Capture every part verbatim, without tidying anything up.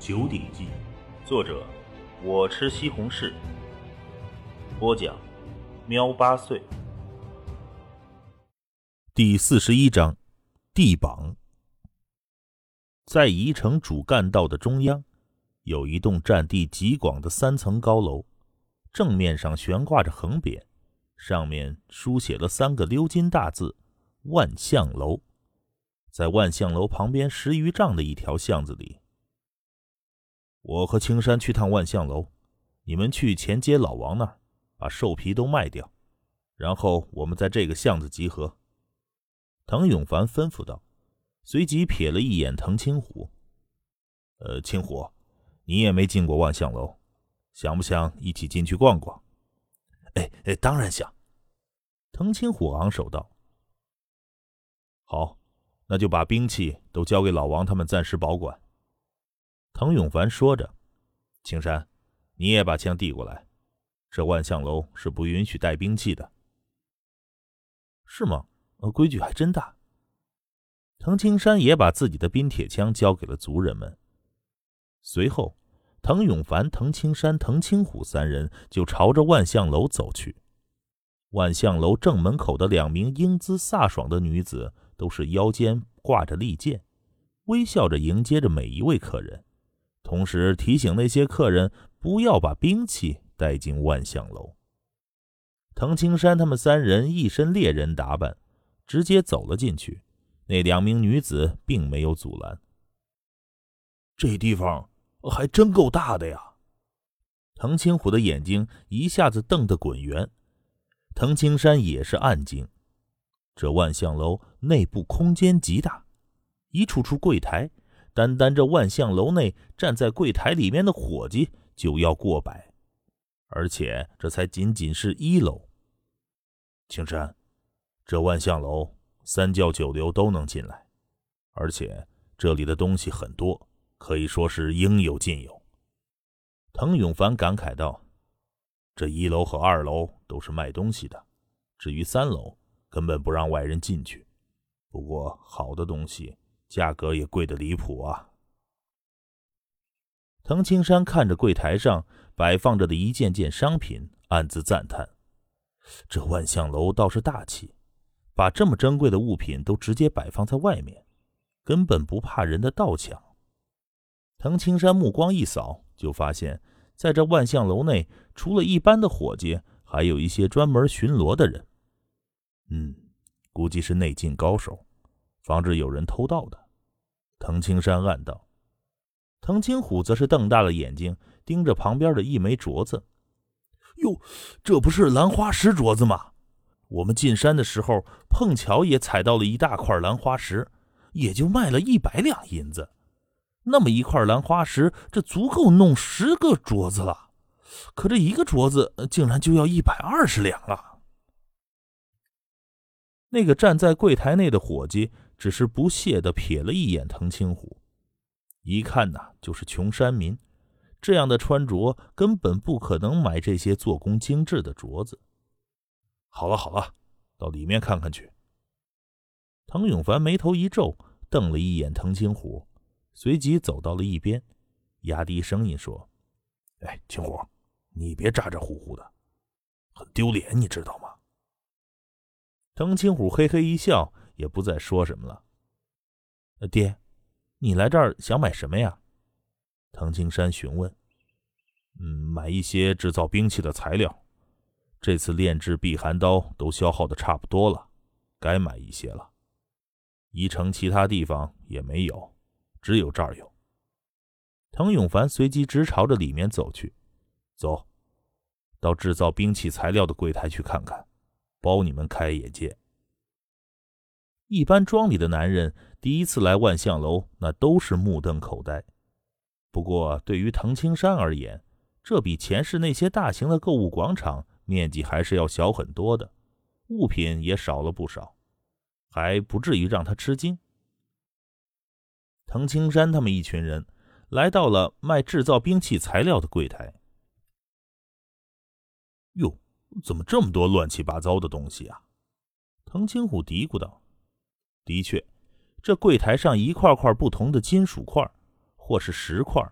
九鼎记》，作者我吃西红柿，播讲喵八岁。第四十一章，地榜。在宜城主干道的中央，有一栋占地极广的三层高楼，正面上悬挂着横匾，上面书写了三个鎏金大字“万象楼”。在万象楼旁边十余丈的一条巷子里，我和青山去趟万象楼，你们去前街老王那儿把兽皮都卖掉，然后我们在这个巷子集合。滕永凡吩咐道，随即瞥了一眼滕青虎。呃，青虎，你也没进过万象楼，想不想一起进去逛逛？ 哎哎，当然想。 滕青虎昂首道。好，那就把兵器都交给老王他们暂时保管。滕永凡说着，青山，你也把枪递过来，这万象楼是不允许带兵器的。 是吗？呃，规矩还真大。 滕青山也把自己的冰铁枪交给了族人们。随后，滕永凡、滕青山、滕青虎三人就朝着万象楼走去。万象楼正门口的两名英姿飒爽的女子都是腰间挂着利剑，微笑着迎接着每一位客人，同时提醒那些客人不要把兵器带进万象楼。滕青山他们三人一身猎人打扮，直接走了进去，那两名女子并没有阻拦。 这地方还真够大的呀！ 滕青虎的眼睛一下子瞪得滚圆，滕青山也是暗惊。这万象楼内部空间极大，一处处柜台，单单这万象楼内站在柜台里面的伙计就要过百，而且这才仅仅是一楼。青山，这万象楼三教九流都能进来，而且这里的东西很多，可以说是应有尽有。滕永凡感慨道，这一楼和二楼都是卖东西的，至于三楼根本不让外人进去，不过好的东西价格也贵得离谱啊。滕青山看着柜台上摆放着的一件件商品，暗自赞叹，这万象楼倒是大气，把这么珍贵的物品都直接摆放在外面，根本不怕人的盗抢。滕青山目光一扫，就发现在这万象楼内除了一般的伙计，还有一些专门巡逻的人。嗯，估计是内劲高手，防止有人偷盗的。滕青山暗道。滕青虎则是瞪大了眼睛，盯着旁边的一枚镯子。 哟，这不是兰花石镯子吗？我们进山的时候碰巧也采到了一大块兰花石，也就卖了一百两银子。那么一块兰花石，这足够弄十个镯子了。可这一个镯子竟然就要一百二十两啊！ 那个站在柜台内的伙计只是不屑地瞥了一眼滕青虎，一看呐、啊，就是穷山民，这样的穿着根本不可能买这些做工精致的镯子。好了好了，到里面看看去。滕永凡眉头一皱，瞪了一眼滕青虎，随即走到了一边，压低声音说：哎，青虎，你别咋咋呼呼的，很丢脸，你知道吗？滕青虎嘿嘿一笑，也不再说什么了。呃，爹，你来这儿想买什么呀？滕青山询问。嗯，买一些制造兵器的材料。这次炼制避寒刀都消耗的差不多了，该买一些了。宜城其他地方也没有，只有这儿有。滕永凡随即直朝着里面走去。走，到制造兵器材料的柜台去看看，包你们开眼界。一般庄里的男人第一次来万象楼，那都是目瞪口呆。不过对于滕青山而言，这比前世那些大型的购物广场面积还是要小很多的，物品也少了不少，还不至于让他吃惊。滕青山他们一群人来到了卖制造兵器材料的柜台。哟，怎么这么多乱七八糟的东西啊？滕青虎嘀咕道。的确，这柜台上一块块不同的金属块，或是石块，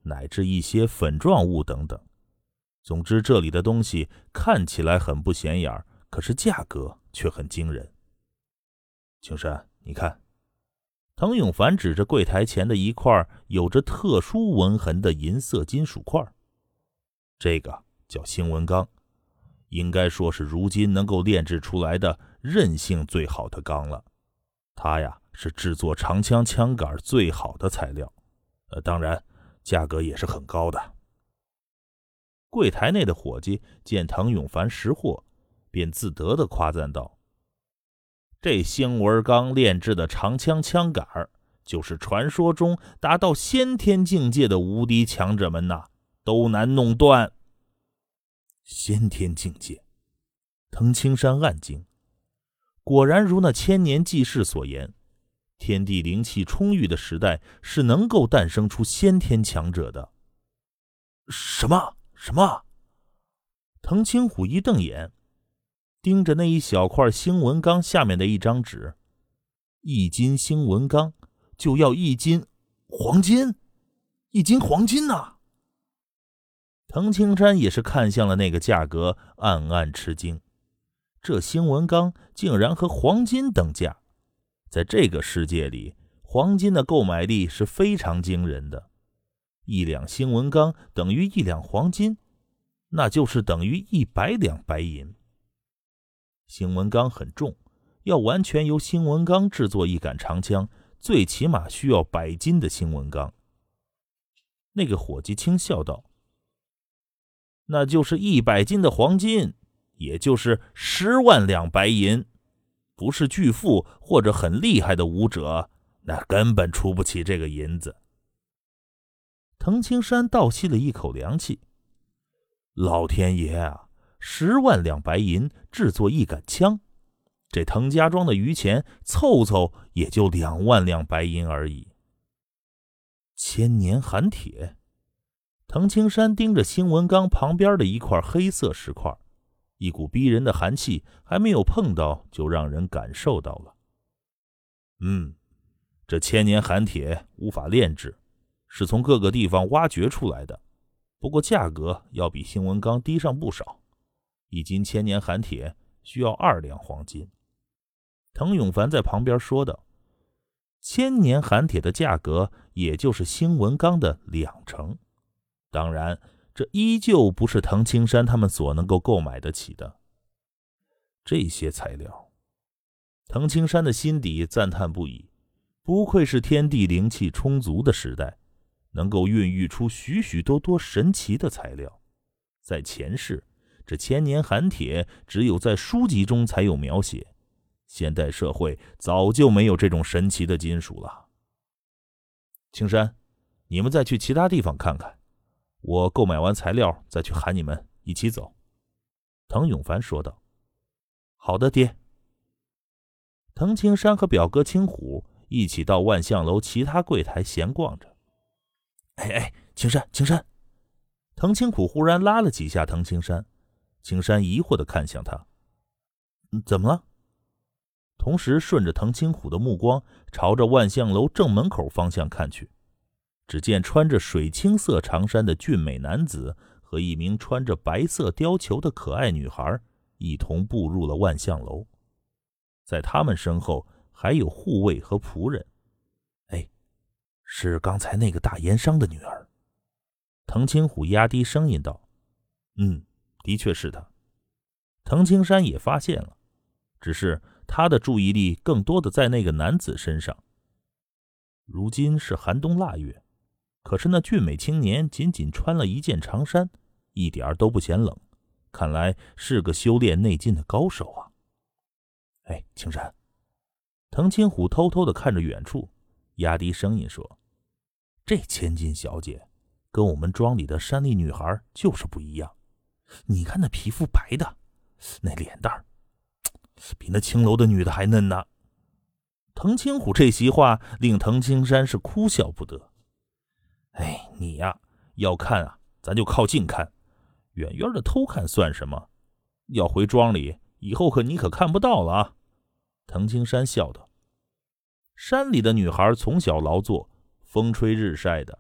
乃至一些粉状物等等。总之，这里的东西看起来很不显眼，可是价格却很惊人。青山，你看。滕永凡指着柜台前的一块有着特殊纹痕的银色金属块，这个叫星纹钢，应该说是如今能够炼制出来的韧性最好的钢了。它呀是制作长枪枪杆最好的材料，呃，当然价格也是很高的。柜台内的伙计见滕永凡识货，便自得地夸赞道：“这星纹钢炼制的长枪枪杆，就是传说中达到先天境界的无敌强者们呐，都难弄断。”先天境界，滕青山暗惊，果然如那千年纪事所言，天地灵气充裕的时代是能够诞生出先天强者的。 什么？什么？ 滕青虎一瞪眼，盯着那一小块星纹钢下面的一张纸，一斤星纹钢就要一斤黄金，一斤黄金呐、啊！滕青山也是看向了那个价格，暗暗吃惊，这星纹钢竟然和黄金等价。在这个世界里，黄金的购买力是非常惊人的，一两星纹钢等于一两黄金，那就是等于一百两白银。星纹钢很重，要完全由星纹钢制作一杆长枪，最起码需要百斤的星纹钢。那个伙计轻笑道：“那就是一百斤的黄金，也就是十万两白银。不是巨富或者很厉害的武者，那根本出不起这个银子。”滕青山倒吸了一口凉气，老天爷啊，十万两白银制作一杆枪，这滕家庄的余钱凑凑也就两万两白银而已。千年寒铁，滕青山盯着星纹钢旁边的一块黑色石块，一股逼人的寒气还没有碰到，就让人感受到了。嗯，这千年寒铁无法炼制，是从各个地方挖掘出来的，不过价格要比星纹钢低上不少，一斤千年寒铁需要二两黄金。滕永凡在旁边说道：“千年寒铁的价格也就是星纹钢的两成，当然这依旧不是滕青山他们所能够购买得起的。”这些材料，滕青山的心底赞叹不已，不愧是天地灵气充足的时代，能够孕育出许许多多神奇的材料。在前世，这千年寒铁只有在书籍中才有描写，现代社会早就没有这种神奇的金属了。青山，你们再去其他地方看看，我购买完材料再去喊你们一起走。”滕永凡说道。“好的，爹。”滕青山和表哥青虎一起到万象楼其他柜台闲逛着。哎哎，青山，青山！滕青虎忽然拉了几下滕青山，青山疑惑地看向他：“怎么了？”同时顺着滕青虎的目光朝着万象楼正门口方向看去，只见穿着水青色长衫的俊美男子和一名穿着白色貂裘的可爱女孩一同步入了万象楼，在他们身后还有护卫和仆人。哎，是刚才那个大盐商的女儿。滕青虎压低声音道：“嗯，的确是她。”滕青山也发现了，只是他的注意力更多的在那个男子身上。如今是寒冬腊月，可是那俊美青年仅仅穿了一件长衫，一点都不显冷，看来是个修炼内劲的高手啊。哎，青山！滕青虎偷偷地看着远处，压低声音说：“这千金小姐跟我们庄里的山里女孩就是不一样，你看那皮肤白的，那脸蛋儿比那青楼的女的还嫩呢。”滕青虎这席话令滕青山是哭笑不得。哎，你呀，要看啊，咱就靠近看，远远的偷看算什么？要回庄里，以后可你可看不到了啊。滕青山笑道。山里的女孩从小劳作，风吹日晒的，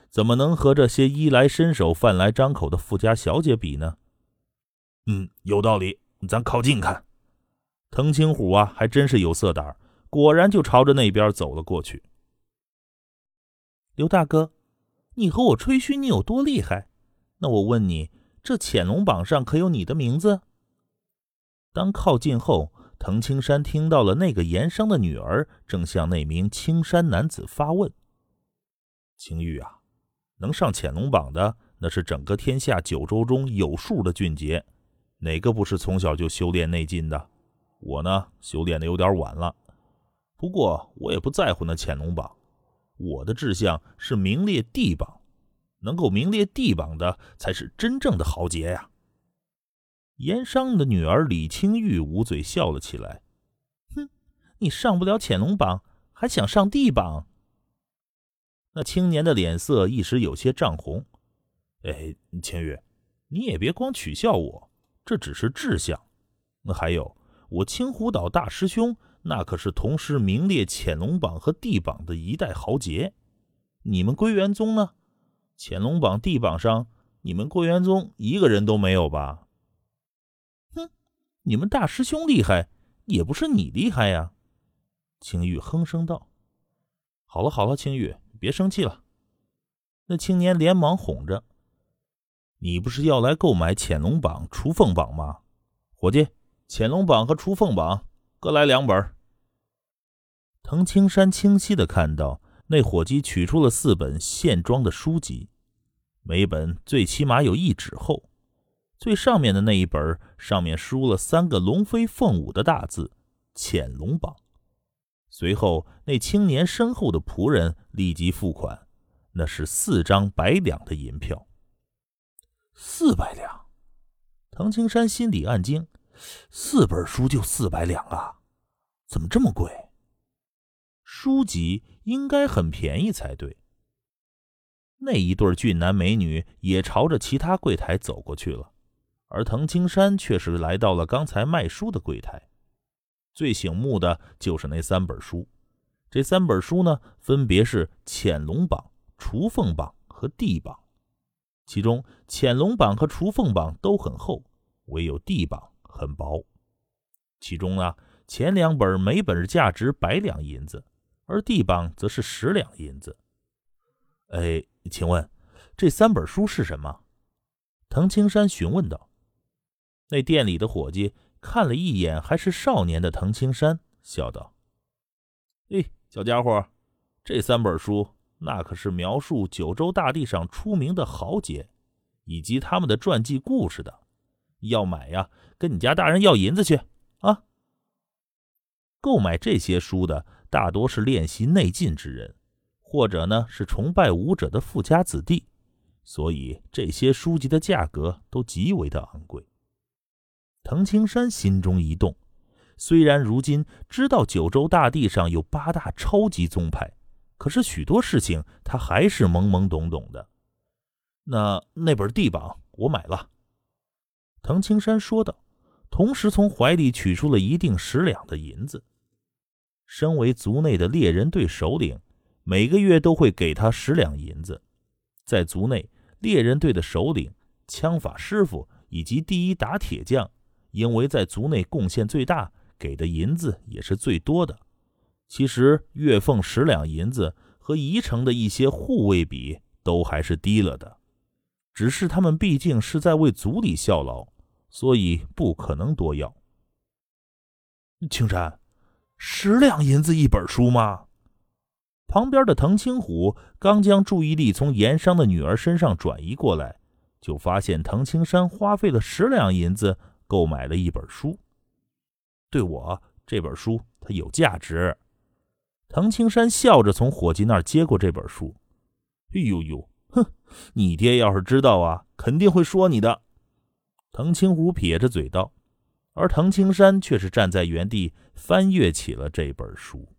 怎么能和这些衣来伸手饭来张口的富家小姐比呢？ 嗯，有道理，咱靠近看。 滕青虎啊，还真是有色胆，果然就朝着那边走了过去。刘大哥，你和我吹嘘你有多厉害，那我问你，这潜龙榜上可有你的名字？当靠近后，滕青山听到了那个盐商的女儿正向那名青衫男子发问。青玉啊，能上潜龙榜的，那是整个天下九州中有数的俊杰，哪个不是从小就修炼内劲的？我呢，修炼的有点晚了，不过我也不在乎那潜龙榜，我的志向是名列地榜，能够名列地榜的才是真正的豪杰呀。盐商的女儿李青玉捂嘴笑了起来，哼，你上不了潜龙榜，还想上地榜？那青年的脸色一时有些涨红。哎，青玉，你也别光取笑我，这只是志向。那还有，我青湖岛大师兄那可是同时名列潜龙榜和地榜的一代豪杰。你们归元宗呢？潜龙榜、地榜上，你们归元宗一个人都没有吧？哼，你们大师兄厉害，也不是你厉害呀。青玉哼声道。好了好了，青玉，别生气了。那青年连忙哄着，你不是要来购买潜龙榜、雏凤榜吗？伙计，潜龙榜和雏凤榜各来两本。滕青山清晰地看到那伙计取出了四本线装的书籍，每本最起码有一指厚，最上面的那一本上面书了三个龙飞凤舞的大字潜龙榜。随后那青年身后的仆人立即付款，那是四张百两的银票。四百两，滕青山心里暗惊，四本书就四百两啊，怎么这么贵？书籍应该很便宜才对。那一对俊男美女也朝着其他柜台走过去了，而滕青山却是来到了刚才卖书的柜台。最醒目的就是那三本书，这三本书呢，分别是潜龙榜、雏凤榜和地榜。其中潜龙榜和雏凤榜都很厚，唯有地榜很薄。其中呢，前两本每本价值百两银子，而地榜则是十两银子。哎，请问这三本书是什么？滕青山询问道。那店里的伙计看了一眼还是少年的滕青山，笑道：哎，小家伙，这三本书那可是描述九州大地上出名的豪杰以及他们的传记故事的，要买呀，跟你家大人要银子去啊。购买这些书的大多是练习内劲之人，或者呢是崇拜武者的富家子弟，所以这些书籍的价格都极为的昂贵。滕青山心中一动，虽然如今知道九州大地上有八大超级宗派，可是许多事情他还是懵懵懂懂的。那那本地榜我买了，滕青山说道，同时从怀里取出了一锭十两的银子。身为族内的猎人队首领，每个月都会给他十两银子。在族内，猎人队的首领、枪法师傅以及第一打铁匠，因为在族内贡献最大，给的银子也是最多的。其实月俸十两银子和宜城的一些护卫比，都还是低了的。只是他们毕竟是在为族里效劳，所以不可能多要。青山，十两银子一本书吗？旁边的滕青虎刚将注意力从盐商的女儿身上转移过来，就发现滕青山花费了十两银子购买了一本书。对我，这本书它有价值。滕青山笑着从伙计那儿接过这本书。哎呦呦，哼，你爹要是知道啊，肯定会说你的。滕青虎撇着嘴道，而滕青山却是站在原地翻阅起了这本书。